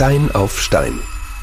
Stein auf Stein.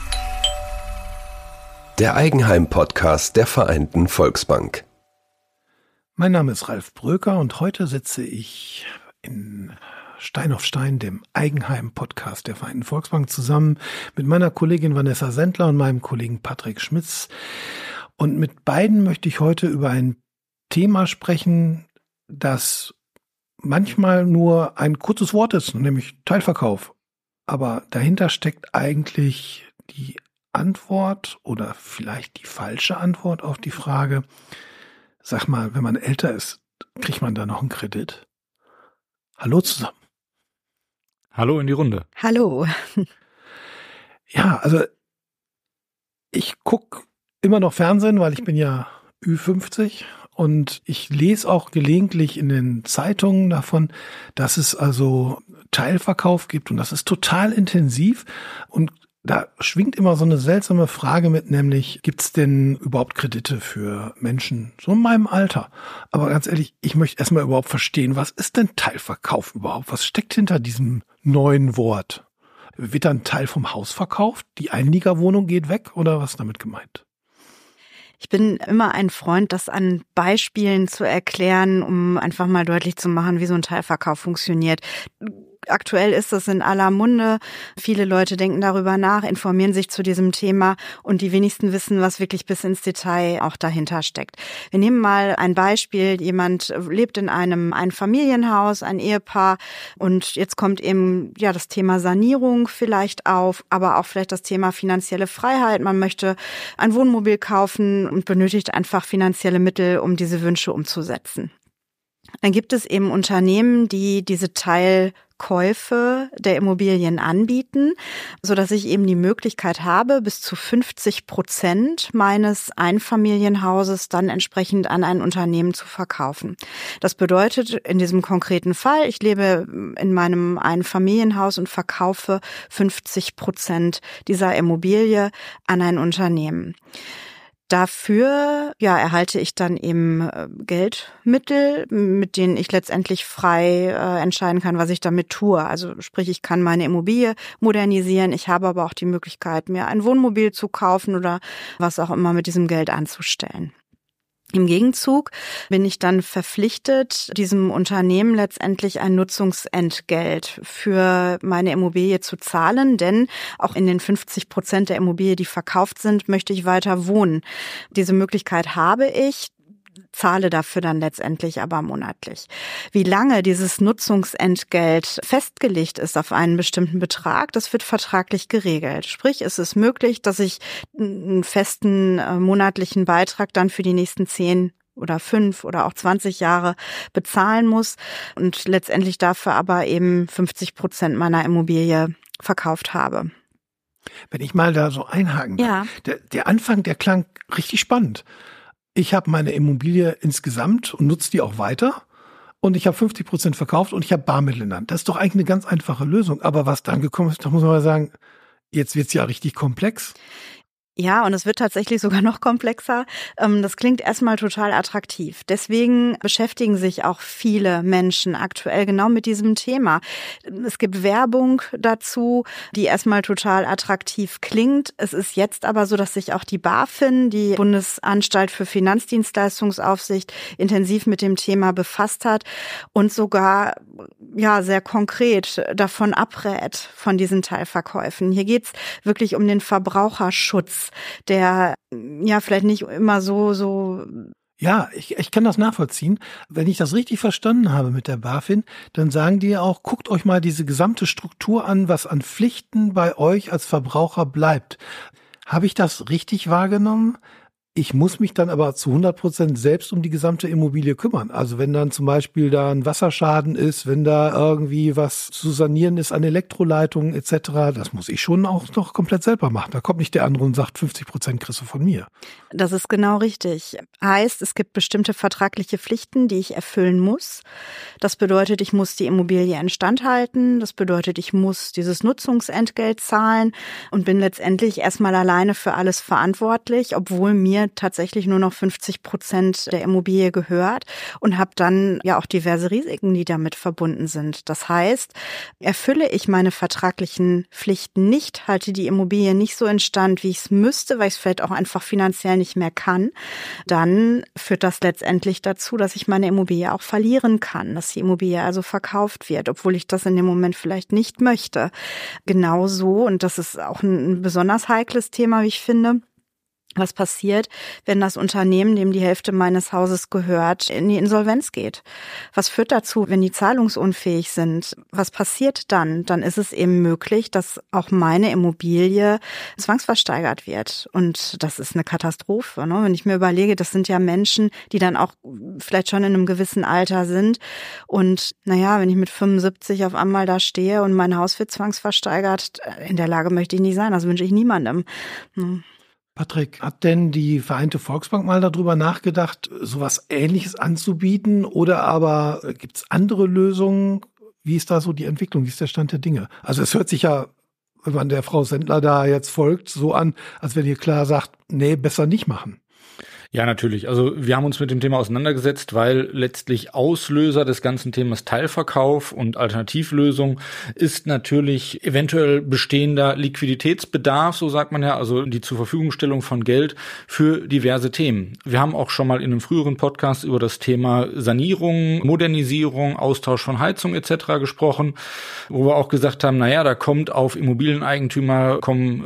Der Eigenheim-Podcast der Vereinten Volksbank. Mein Name ist Ralf Bröker und heute sitze ich in Stein auf Stein, dem Eigenheim-Podcast der Vereinten Volksbank, zusammen mit meiner Kollegin Vanessa Sendler und meinem Kollegen Patrick Schmitz. Und mit beiden möchte ich heute über ein Thema sprechen, das manchmal nur ein kurzes Wort ist, nämlich Teilverkauf. Aber dahinter steckt eigentlich die Antwort oder vielleicht die falsche Antwort auf die Frage, sag mal, wenn man älter ist, kriegt man da noch einen Kredit? Hallo zusammen. Hallo in die Runde. Hallo. Ja, also ich gucke immer noch Fernsehen, weil ich bin ja Ü50 und ich lese auch gelegentlich in den Zeitungen davon, dass es also Teilverkauf gibt und das ist total intensiv und da schwingt immer so eine seltsame Frage mit, nämlich gibt es denn überhaupt Kredite für Menschen so in meinem Alter? Aber ganz ehrlich, ich möchte erstmal überhaupt verstehen, was ist denn Teilverkauf überhaupt? Was steckt hinter diesem neuen Wort? Wird dann ein Teil vom Haus verkauft? Die Einliegerwohnung geht weg oder was ist damit gemeint? Ich bin immer ein Freund, das an Beispielen zu erklären, um einfach mal deutlich zu machen, wie so ein Teilverkauf funktioniert. Aktuell ist das in aller Munde. Viele Leute denken darüber nach, informieren sich zu diesem Thema und die wenigsten wissen, was wirklich bis ins Detail auch dahinter steckt. Wir nehmen mal ein Beispiel. Jemand lebt in einem Einfamilienhaus, ein Ehepaar und jetzt kommt eben ja das Thema Sanierung vielleicht auf, aber auch vielleicht das Thema finanzielle Freiheit. Man möchte ein Wohnmobil kaufen und benötigt einfach finanzielle Mittel, um diese Wünsche umzusetzen. Dann gibt es eben Unternehmen, die diese Teilkäufe der Immobilien anbieten, so dass ich eben die Möglichkeit habe, bis zu 50% meines Einfamilienhauses dann entsprechend an ein Unternehmen zu verkaufen. Das bedeutet in diesem konkreten Fall, ich lebe in meinem Einfamilienhaus und verkaufe 50% dieser Immobilie an ein Unternehmen. Dafür erhalte ich dann eben Geldmittel, mit denen ich letztendlich frei entscheiden kann, was ich damit tue. Also sprich, ich kann meine Immobilie modernisieren. Ich habe aber auch die Möglichkeit, mir ein Wohnmobil zu kaufen oder was auch immer mit diesem Geld anzustellen. Im Gegenzug bin ich dann verpflichtet, diesem Unternehmen letztendlich ein Nutzungsentgelt für meine Immobilie zu zahlen, denn auch in den 50% der Immobilie, die verkauft sind, möchte ich weiter wohnen. Diese Möglichkeit habe ich, zahle dafür dann letztendlich aber monatlich. Wie lange dieses Nutzungsentgelt festgelegt ist auf einen bestimmten Betrag, das wird vertraglich geregelt. Sprich, es ist möglich, dass ich einen festen monatlichen Beitrag dann für die nächsten 10 oder 5 oder auch 20 Jahre bezahlen muss und letztendlich dafür aber eben 50% meiner Immobilie verkauft habe. Wenn ich mal da so einhaken darf. Ja. Der Anfang, der klang richtig spannend. Ich habe meine Immobilie insgesamt und nutze die auch weiter und ich habe 50% verkauft und ich habe Barmittel in der Hand. Das ist doch eigentlich eine ganz einfache Lösung. Aber was dann gekommen ist, da muss man mal sagen, jetzt wird's ja richtig komplex. Ja, und es wird tatsächlich sogar noch komplexer. Das klingt erstmal total attraktiv. Deswegen beschäftigen sich auch viele Menschen aktuell genau mit diesem Thema. Es gibt Werbung dazu, die erstmal total attraktiv klingt. Es ist jetzt aber so, dass sich auch die BaFin, die Bundesanstalt für Finanzdienstleistungsaufsicht, intensiv mit dem Thema befasst hat und sogar sehr konkret davon abrät, von diesen Teilverkäufen. Hier geht's wirklich um den Verbraucherschutz, der vielleicht nicht immer so. Ja, ich kann das nachvollziehen. Wenn ich das richtig verstanden habe mit der BaFin, dann sagen die ja auch, guckt euch mal diese gesamte Struktur an, was an Pflichten bei euch als Verbraucher bleibt. Habe ich das richtig wahrgenommen? Ich muss mich dann aber zu 100% selbst um die gesamte Immobilie kümmern. Also wenn dann zum Beispiel da ein Wasserschaden ist, wenn da irgendwie was zu sanieren ist an Elektroleitungen etc., das muss ich schon auch noch komplett selber machen. Da kommt nicht der andere und sagt, 50% kriegst du von mir. Das ist genau richtig. Heißt, es gibt bestimmte vertragliche Pflichten, die ich erfüllen muss. Das bedeutet, ich muss die Immobilie instand halten. Das bedeutet, ich muss dieses Nutzungsentgelt zahlen und bin letztendlich erstmal alleine für alles verantwortlich, obwohl mir mir tatsächlich nur noch 50% der Immobilie gehört und habe dann ja auch diverse Risiken, die damit verbunden sind. Das heißt, erfülle ich meine vertraglichen Pflichten nicht, halte die Immobilie nicht so instand, wie ich es müsste, weil ich es vielleicht auch einfach finanziell nicht mehr kann, dann führt das letztendlich dazu, dass ich meine Immobilie auch verlieren kann, dass die Immobilie also verkauft wird, obwohl ich das in dem Moment vielleicht nicht möchte. Genauso, und das ist auch ein besonders heikles Thema, wie ich finde, was passiert, wenn das Unternehmen, dem die Hälfte meines Hauses gehört, in die Insolvenz geht? Was führt dazu, wenn die zahlungsunfähig sind? Was passiert dann? Dann ist es eben möglich, dass auch meine Immobilie zwangsversteigert wird. Und das ist eine Katastrophe, ne? Wenn ich mir überlege, das sind ja Menschen, die dann auch vielleicht schon in einem gewissen Alter sind. Und naja, wenn ich mit 75 auf einmal da stehe und mein Haus wird zwangsversteigert, in der Lage möchte ich nicht sein. Das wünsche ich niemandem. Patrick, hat denn die Vereinte Volksbank mal darüber nachgedacht, sowas Ähnliches anzubieten? Oder aber gibt es andere Lösungen? Wie ist da so die Entwicklung? Wie ist der Stand der Dinge? Also es hört sich ja, wenn man der Frau Sendler da jetzt folgt, so an, als wenn ihr klar sagt, nee, besser nicht machen. Ja, natürlich. Also wir haben uns mit dem Thema auseinandergesetzt, weil letztlich Auslöser des ganzen Themas Teilverkauf und Alternativlösung ist natürlich eventuell bestehender Liquiditätsbedarf, so sagt man ja, also die Zurverfügungstellung von Geld für diverse Themen. Wir haben auch schon mal in einem früheren Podcast über das Thema Sanierung, Modernisierung, Austausch von Heizung etc. gesprochen, wo wir auch gesagt haben, naja, da kommt auf Immobilieneigentümer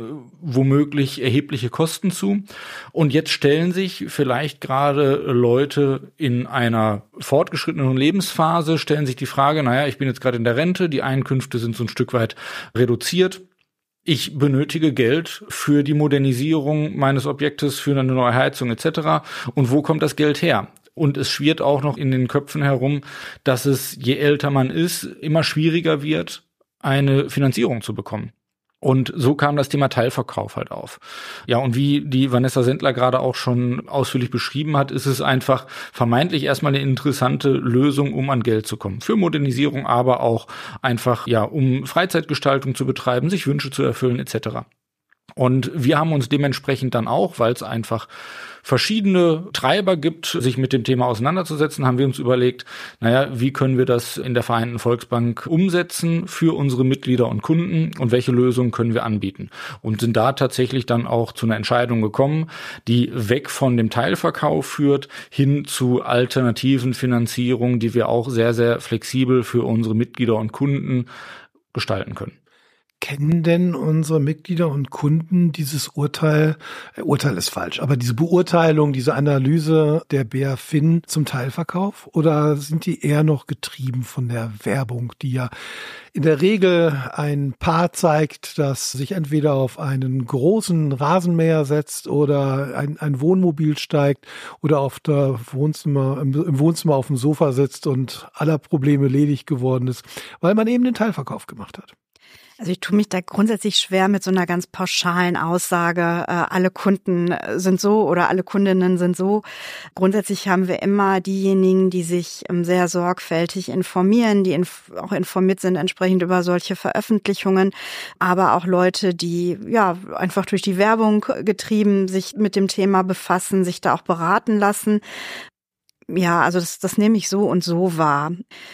womöglich erhebliche Kosten zu. Und jetzt stellen sich vielleicht gerade Leute in einer fortgeschrittenen Lebensphase, stellen sich die Frage, naja, ich bin jetzt gerade in der Rente, die Einkünfte sind so ein Stück weit reduziert. Ich benötige Geld für die Modernisierung meines Objektes, für eine neue Heizung etc. Und wo kommt das Geld her? Und es schwirrt auch noch in den Köpfen herum, dass es, je älter man ist, immer schwieriger wird, eine Finanzierung zu bekommen. Und so kam das Thema Teilverkauf halt auf. Ja, und wie die Vanessa Sendler gerade auch schon ausführlich beschrieben hat, ist es einfach vermeintlich erstmal eine interessante Lösung, um an Geld zu kommen. Für Modernisierung, aber auch einfach, ja, um Freizeitgestaltung zu betreiben, sich Wünsche zu erfüllen, etc. Und wir haben uns dementsprechend dann auch, weil es einfach verschiedene Treiber gibt, sich mit dem Thema auseinanderzusetzen, haben wir uns überlegt, naja, wie können wir das in der Vereinten Volksbank umsetzen für unsere Mitglieder und Kunden und welche Lösungen können wir anbieten? Und sind da tatsächlich dann auch zu einer Entscheidung gekommen, die weg von dem Teilverkauf führt, hin zu alternativen Finanzierungen, die wir auch sehr, sehr flexibel für unsere Mitglieder und Kunden gestalten können. Kennen denn unsere Mitglieder und Kunden dieses Urteil ist falsch, aber diese Beurteilung, diese Analyse der BaFin zum Teilverkauf? Oder sind die eher noch getrieben von der Werbung, die ja in der Regel ein Paar zeigt, das sich entweder auf einen großen Rasenmäher setzt oder ein Wohnmobil steigt oder auf der im Wohnzimmer auf dem Sofa sitzt und aller Probleme ledig geworden ist, weil man eben den Teilverkauf gemacht hat? Also ich tue mich da grundsätzlich schwer mit so einer ganz pauschalen Aussage, alle Kunden sind so oder alle Kundinnen sind so. Grundsätzlich haben wir immer diejenigen, die sich sehr sorgfältig informieren, die auch informiert sind entsprechend über solche Veröffentlichungen, aber auch Leute, die ja einfach durch die Werbung getrieben sich mit dem Thema befassen, sich da auch beraten lassen. Ja, also das nehme ich so und so wahr.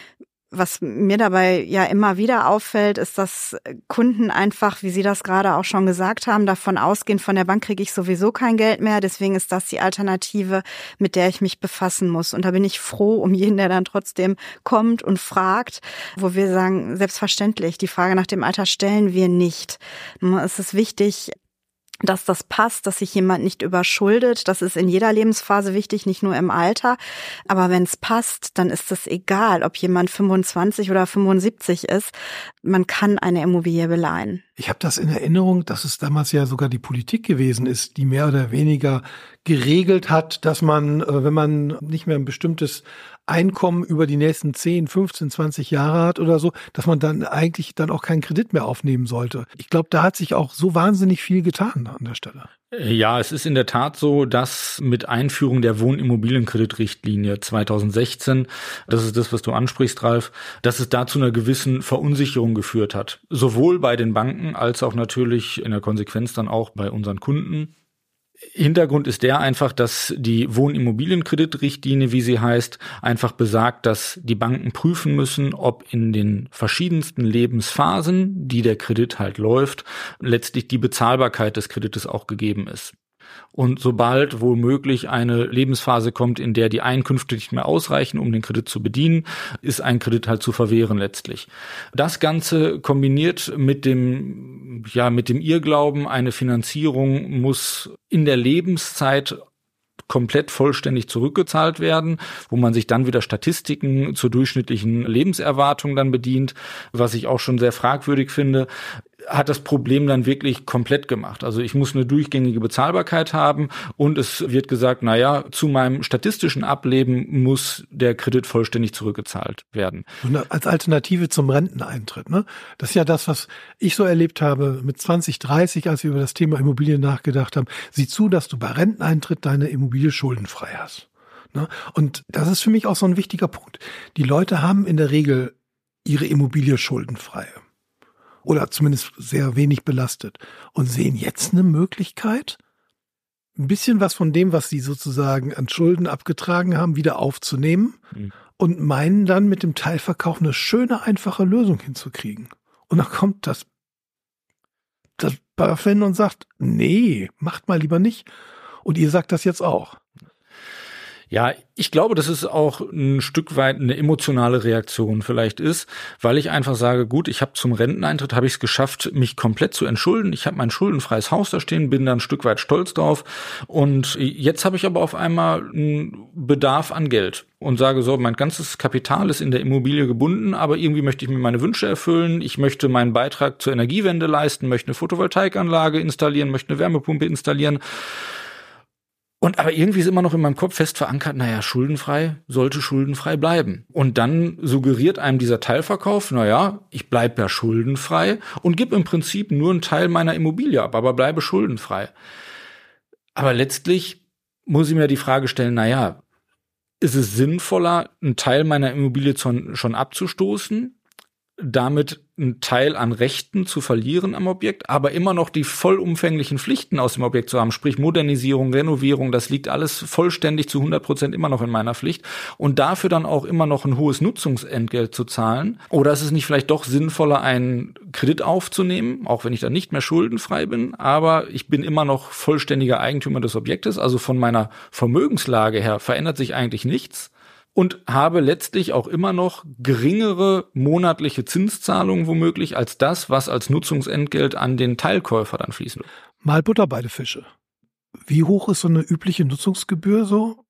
Was mir dabei ja immer wieder auffällt, ist, dass Kunden einfach, wie Sie das gerade auch schon gesagt haben, davon ausgehen, von der Bank kriege ich sowieso kein Geld mehr, deswegen ist das die Alternative, mit der ich mich befassen muss. Und da bin ich froh um jeden, der dann trotzdem kommt und fragt, wo wir sagen, selbstverständlich, die Frage nach dem Alter stellen wir nicht. Es ist wichtig, dass das passt, dass sich jemand nicht überschuldet. Das ist in jeder Lebensphase wichtig, nicht nur im Alter. Aber wenn es passt, dann ist es egal, ob jemand 25 oder 75 ist. Man kann eine Immobilie beleihen. Ich habe das in Erinnerung, dass es damals ja sogar die Politik gewesen ist, die mehr oder weniger geregelt hat, dass man, wenn man nicht mehr ein bestimmtes Einkommen über die nächsten 10, 15, 20 Jahre hat oder so, dass man dann eigentlich dann auch keinen Kredit mehr aufnehmen sollte. Ich glaube, da hat sich auch so wahnsinnig viel getan an der Stelle. Ja, es ist in der Tat so, dass mit Einführung der Wohnimmobilienkreditrichtlinie 2016, das ist das, was du ansprichst, Ralf, dass es da zu einer gewissen Verunsicherung geführt hat. Sowohl bei den Banken als auch natürlich in der Konsequenz dann auch bei unseren Kunden. Hintergrund ist der einfach, dass die Wohnimmobilienkreditrichtlinie, wie sie heißt, einfach besagt, dass die Banken prüfen müssen, ob in den verschiedensten Lebensphasen, die der Kredit halt läuft, letztlich die Bezahlbarkeit des Kredites auch gegeben ist. Und sobald womöglich eine Lebensphase kommt, in der die Einkünfte nicht mehr ausreichen, um den Kredit zu bedienen, ist ein Kredit halt zu verwehren letztlich. Das Ganze kombiniert mit dem Irrglauben, eine Finanzierung muss in der Lebenszeit komplett vollständig zurückgezahlt werden, wo man sich dann wieder Statistiken zur durchschnittlichen Lebenserwartung dann bedient, was ich auch schon sehr fragwürdig finde, hat das Problem dann wirklich komplett gemacht. Also ich muss eine durchgängige Bezahlbarkeit haben und es wird gesagt, zu meinem statistischen Ableben muss der Kredit vollständig zurückgezahlt werden. Und als Alternative zum Renteneintritt, ne? Das ist ja das, was ich so erlebt habe mit 2030, als wir über das Thema Immobilien nachgedacht haben. Sieh zu, dass du bei Renteneintritt deine Immobilie schuldenfrei hast. Ne? Und das ist für mich auch so ein wichtiger Punkt. Die Leute haben in der Regel ihre Immobilie schuldenfrei. Oder zumindest sehr wenig belastet und sehen jetzt eine Möglichkeit, ein bisschen was von dem, was sie sozusagen an Schulden abgetragen haben, wieder aufzunehmen und meinen dann mit dem Teilverkauf eine schöne, einfache Lösung hinzukriegen. Und dann kommt das BaFin und sagt, nee, macht mal lieber nicht. Und ihr sagt das jetzt auch. Ja, ich glaube, dass es auch ein Stück weit eine emotionale Reaktion vielleicht ist, weil ich einfach sage, gut, ich habe zum Renteneintritt habe ich es geschafft, mich komplett zu entschulden. Ich habe mein schuldenfreies Haus da stehen, bin da ein Stück weit stolz drauf und jetzt habe ich aber auf einmal einen Bedarf an Geld und sage so, mein ganzes Kapital ist in der Immobilie gebunden, aber irgendwie möchte ich mir meine Wünsche erfüllen. Ich möchte meinen Beitrag zur Energiewende leisten, möchte eine Photovoltaikanlage installieren, möchte eine Wärmepumpe installieren. Und aber irgendwie ist immer noch in meinem Kopf fest verankert, schuldenfrei sollte schuldenfrei bleiben. Und dann suggeriert einem dieser Teilverkauf, ich bleibe ja schuldenfrei und gebe im Prinzip nur einen Teil meiner Immobilie ab, aber bleibe schuldenfrei. Aber letztlich muss ich mir die Frage stellen, ist es sinnvoller, einen Teil meiner Immobilie schon abzustoßen, damit einen Teil an Rechten zu verlieren am Objekt, aber immer noch die vollumfänglichen Pflichten aus dem Objekt zu haben, sprich Modernisierung, Renovierung, das liegt alles vollständig zu 100% immer noch in meiner Pflicht und dafür dann auch immer noch ein hohes Nutzungsentgelt zu zahlen? Oder ist es nicht vielleicht doch sinnvoller, einen Kredit aufzunehmen, auch wenn ich dann nicht mehr schuldenfrei bin, aber ich bin immer noch vollständiger Eigentümer des Objektes, also von meiner Vermögenslage her verändert sich eigentlich nichts. Und habe letztlich auch immer noch geringere monatliche Zinszahlungen womöglich als das, was als Nutzungsentgelt an den Teilkäufer dann fließen wird. Mal Butter bei die Fische. Wie hoch ist so eine übliche Nutzungsgebühr so?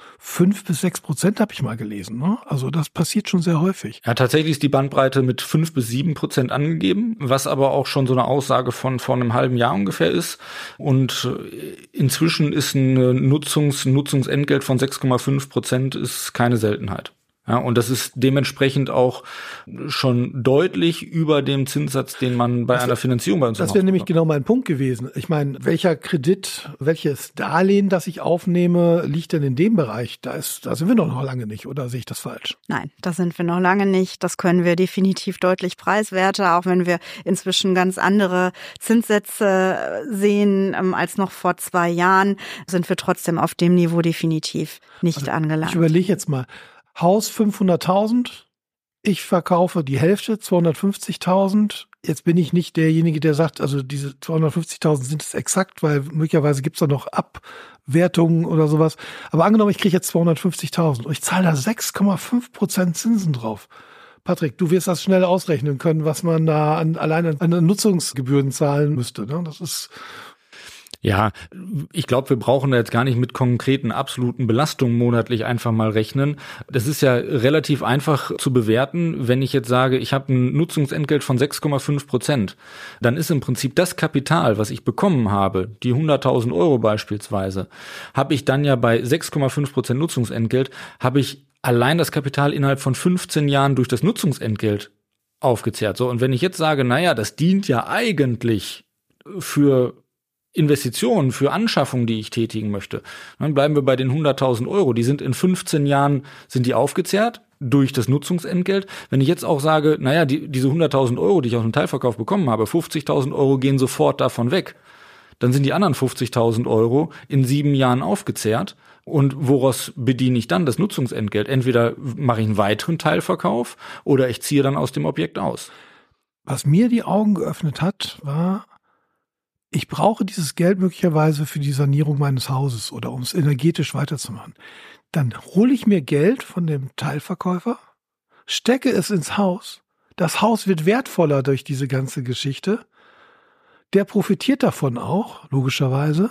5-6% habe ich mal gelesen, ne? Also das passiert schon sehr häufig. Ja, tatsächlich ist die Bandbreite mit 5-7% angegeben, was aber auch schon so eine Aussage von vor einem halben Jahr ungefähr ist. Und inzwischen ist ein Nutzungsentgelt von 6,5% ist keine Seltenheit. Ja, und das ist dementsprechend auch schon deutlich über dem Zinssatz, den man bei einer Finanzierung bei uns hat. Das wäre nämlich genau mein Punkt gewesen. Ich meine, welcher Kredit, welches Darlehen, das ich aufnehme, liegt denn in dem Bereich? Da sind wir doch noch lange nicht, oder sehe ich das falsch? Nein, da sind wir noch lange nicht. Das können wir definitiv deutlich preiswerter, auch wenn wir inzwischen ganz andere Zinssätze sehen als noch vor 2 Jahren, sind wir trotzdem auf dem Niveau definitiv nicht angelangt. Ich überlege jetzt mal, Haus 500.000, ich verkaufe die Hälfte, 250.000. Jetzt bin ich nicht derjenige, der sagt, also diese 250.000 sind es exakt, weil möglicherweise gibt es da noch Abwertungen oder sowas. Aber angenommen, ich kriege jetzt 250.000 und ich zahle da 6,5% Zinsen drauf. Patrick, du wirst das schnell ausrechnen können, was man da allein an Nutzungsgebühren zahlen müsste. Ne? Das ist... Ja, ich glaube, wir brauchen da jetzt gar nicht mit konkreten absoluten Belastungen monatlich einfach mal rechnen. Das ist ja relativ einfach zu bewerten. Wenn ich jetzt sage, ich habe ein Nutzungsentgelt von 6,5%, dann ist im Prinzip das Kapital, was ich bekommen habe, die 100.000 Euro beispielsweise, habe ich dann ja bei 6,5% Nutzungsentgelt, habe ich allein das Kapital innerhalb von 15 Jahren durch das Nutzungsentgelt aufgezehrt. So, und wenn ich jetzt sage, das dient ja eigentlich für Investitionen, für Anschaffungen, die ich tätigen möchte, dann bleiben wir bei den 100.000 Euro. Die sind in 15 Jahren, sind die aufgezehrt durch das Nutzungsentgelt. Wenn ich jetzt auch sage, diese 100.000 Euro, die ich aus dem Teilverkauf bekommen habe, 50.000 Euro gehen sofort davon weg, dann sind die anderen 50.000 Euro in 7 Jahren aufgezehrt. Und woraus bediene ich dann das Nutzungsentgelt? Entweder mache ich einen weiteren Teilverkauf oder ich ziehe dann aus dem Objekt aus. Was mir die Augen geöffnet hat, war, ich brauche dieses Geld möglicherweise für die Sanierung meines Hauses oder um es energetisch weiterzumachen. Dann hole ich mir Geld von dem Teilverkäufer, stecke es ins Haus. Das Haus wird wertvoller durch diese ganze Geschichte. Der profitiert davon auch, logischerweise.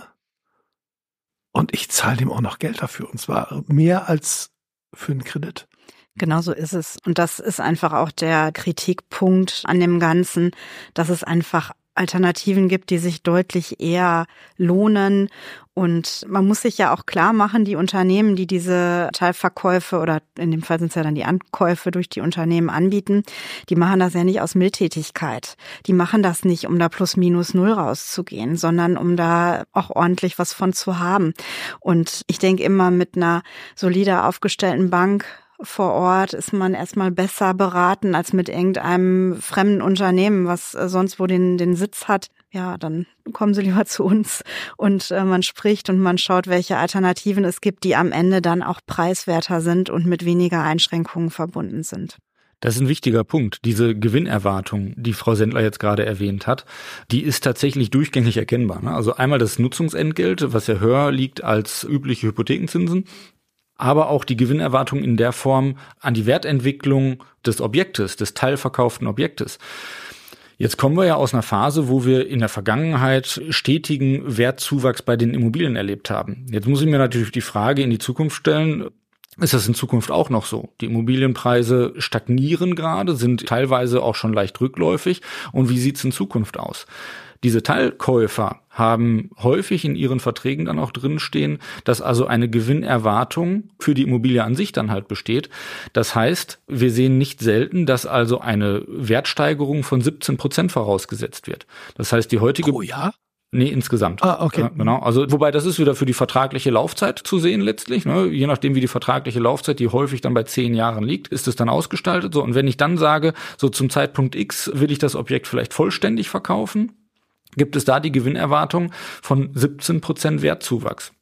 Und ich zahle dem auch noch Geld dafür. Und zwar mehr als für einen Kredit. Genau so ist es. Und das ist einfach auch der Kritikpunkt an dem Ganzen, dass es einfach Alternativen gibt, die sich deutlich eher lohnen. Und man muss sich ja auch klar machen, die Unternehmen, die diese Teilverkäufe oder in dem Fall sind es ja dann die Ankäufe durch die Unternehmen anbieten, die machen das ja nicht aus Mildtätigkeit. Die machen das nicht, um da plus minus null rauszugehen, sondern um da auch ordentlich was von zu haben. Und ich denke immer, mit einer solider aufgestellten Bank vor Ort ist man erstmal besser beraten als mit irgendeinem fremden Unternehmen, was sonst wo den Sitz hat. Ja, dann kommen Sie lieber zu uns und man spricht und man schaut, welche Alternativen es gibt, die am Ende dann auch preiswerter sind und mit weniger Einschränkungen verbunden sind. Das ist ein wichtiger Punkt. Diese Gewinnerwartung, die Frau Sendler jetzt gerade erwähnt hat, die ist tatsächlich durchgängig erkennbar. Also einmal das Nutzungsentgelt, was ja höher liegt als übliche Hypothekenzinsen, aber auch die Gewinnerwartung in der Form an die Wertentwicklung des Objektes, des teilverkauften Objektes. Jetzt kommen wir ja aus einer Phase, wo wir in der Vergangenheit stetigen Wertzuwachs bei den Immobilien erlebt haben. Jetzt muss ich mir natürlich die Frage in die Zukunft stellen, ist das in Zukunft auch noch so? Die Immobilienpreise stagnieren gerade, sind teilweise auch schon leicht rückläufig. Und wie sieht's in Zukunft aus? Diese Teilkäufer haben häufig in ihren Verträgen dann auch drinstehen, dass also eine Gewinnerwartung für die Immobilie an sich dann halt besteht. Das heißt, wir sehen nicht selten, dass also eine Wertsteigerung von 17% vorausgesetzt wird. Das heißt, die heutige... Pro Jahr? Nee, insgesamt. Ah, okay. Ja, genau. Also, wobei das ist wieder für die vertragliche Laufzeit zu sehen letztlich, ne? Je nachdem, wie die vertragliche Laufzeit, die häufig dann bei 10 Jahren liegt, ist es dann ausgestaltet. So, und wenn ich dann sage, so zum Zeitpunkt X will ich das Objekt vielleicht vollständig verkaufen, gibt es da die Gewinnerwartung von 17% Wertzuwachs.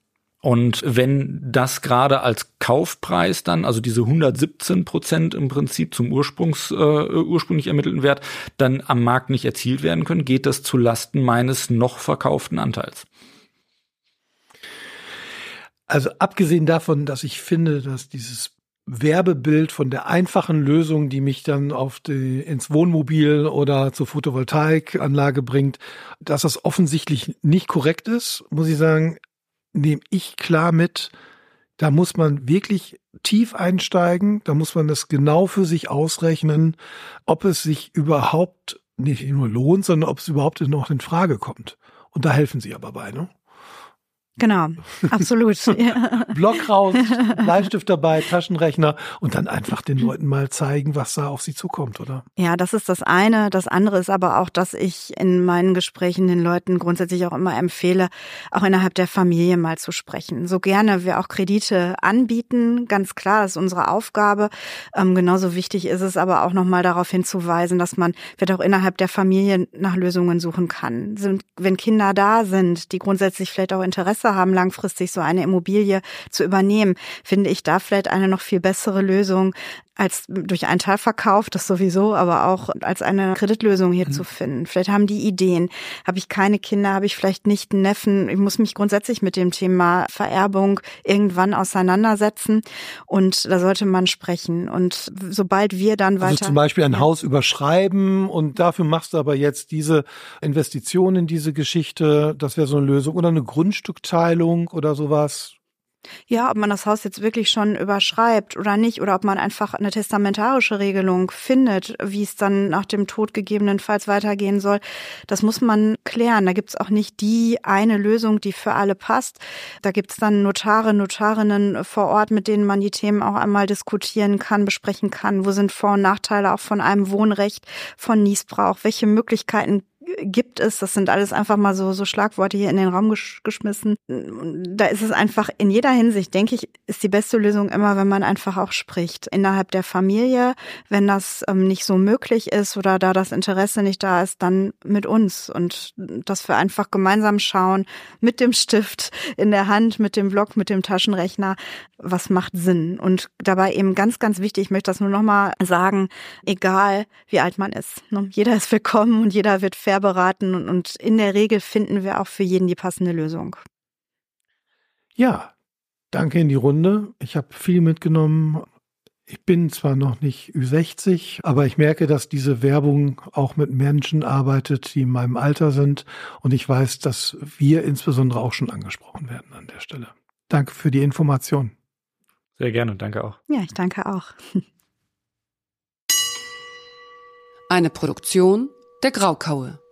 Und wenn das gerade als Kaufpreis dann, also diese 117% im Prinzip zum ursprünglich ermittelten Wert, dann am Markt nicht erzielt werden können, geht das zu Lasten meines noch verkauften Anteils. Also abgesehen davon, dass ich finde, dass dieses Werbebild von der einfachen Lösung, die mich dann ins Wohnmobil oder zur Photovoltaikanlage bringt, dass das offensichtlich nicht korrekt ist, muss ich sagen, nehme ich klar mit. Da muss man wirklich tief einsteigen, da muss man das genau für sich ausrechnen, ob es sich überhaupt nicht nur lohnt, sondern ob es überhaupt noch in Frage kommt. Und da helfen Sie aber bei, ne? Genau, absolut. Block raus, Bleistift dabei, Taschenrechner und dann einfach den Leuten mal zeigen, was da auf sie zukommt, oder? Ja, das ist das eine. Das andere ist aber auch, dass ich in meinen Gesprächen den Leuten grundsätzlich auch immer empfehle, auch innerhalb der Familie mal zu sprechen. So gerne wir auch Kredite anbieten, ganz klar, das ist unsere Aufgabe. Genauso wichtig ist es aber auch nochmal darauf hinzuweisen, dass man vielleicht auch innerhalb der Familie nach Lösungen suchen kann. Wenn Kinder da sind, die grundsätzlich vielleicht auch Interesse haben, langfristig so eine Immobilie zu übernehmen, finde ich da vielleicht eine noch viel bessere Lösung als durch einen Teilverkauf, das sowieso, aber auch als eine Kreditlösung hier zu finden. Vielleicht haben die Ideen. Habe ich keine Kinder, habe ich vielleicht nicht einen Neffen. Ich muss mich grundsätzlich mit dem Thema Vererbung irgendwann auseinandersetzen und da sollte man sprechen. Und sobald wir dann weiter... Also zum Beispiel ein Haus überschreiben und dafür machst du aber jetzt diese Investition in diese Geschichte, das wäre so eine Lösung. Oder eine Grundstückteilung oder sowas. Ja, ob man das Haus jetzt wirklich schon überschreibt oder nicht, oder ob man einfach eine testamentarische Regelung findet, wie es dann nach dem Tod gegebenenfalls weitergehen soll, das muss man klären. Da gibt's auch nicht die eine Lösung, die für alle passt. Da gibt's dann Notare, Notarinnen vor Ort, mit denen man die Themen auch einmal diskutieren kann, besprechen kann. Wo sind Vor- und Nachteile auch von einem Wohnrecht, von Niesbrauch? Welche Möglichkeiten gibt es, das sind alles einfach mal so Schlagworte hier in den Raum geschmissen. Da ist es einfach in jeder Hinsicht, denke ich, ist die beste Lösung immer, wenn man einfach auch spricht. Innerhalb der Familie, wenn das nicht so möglich ist oder da das Interesse nicht da ist, dann mit uns. Und dass wir einfach gemeinsam schauen, mit dem Stift in der Hand, mit dem Block, mit dem Taschenrechner, was macht Sinn. Und dabei eben ganz, ganz wichtig, ich möchte das nur nochmal sagen, egal wie alt man ist. Jeder ist willkommen und jeder wird fair beraten und in der Regel finden wir auch für jeden die passende Lösung. Ja, danke in die Runde. Ich habe viel mitgenommen. Ich bin zwar noch nicht Ü60, aber ich merke, dass diese Werbung auch mit Menschen arbeitet, die in meinem Alter sind. Und ich weiß, dass wir insbesondere auch schon angesprochen werden an der Stelle. Danke für die Information. Sehr gerne, danke auch. Ja, ich danke auch. Eine Produktion der Graukaue.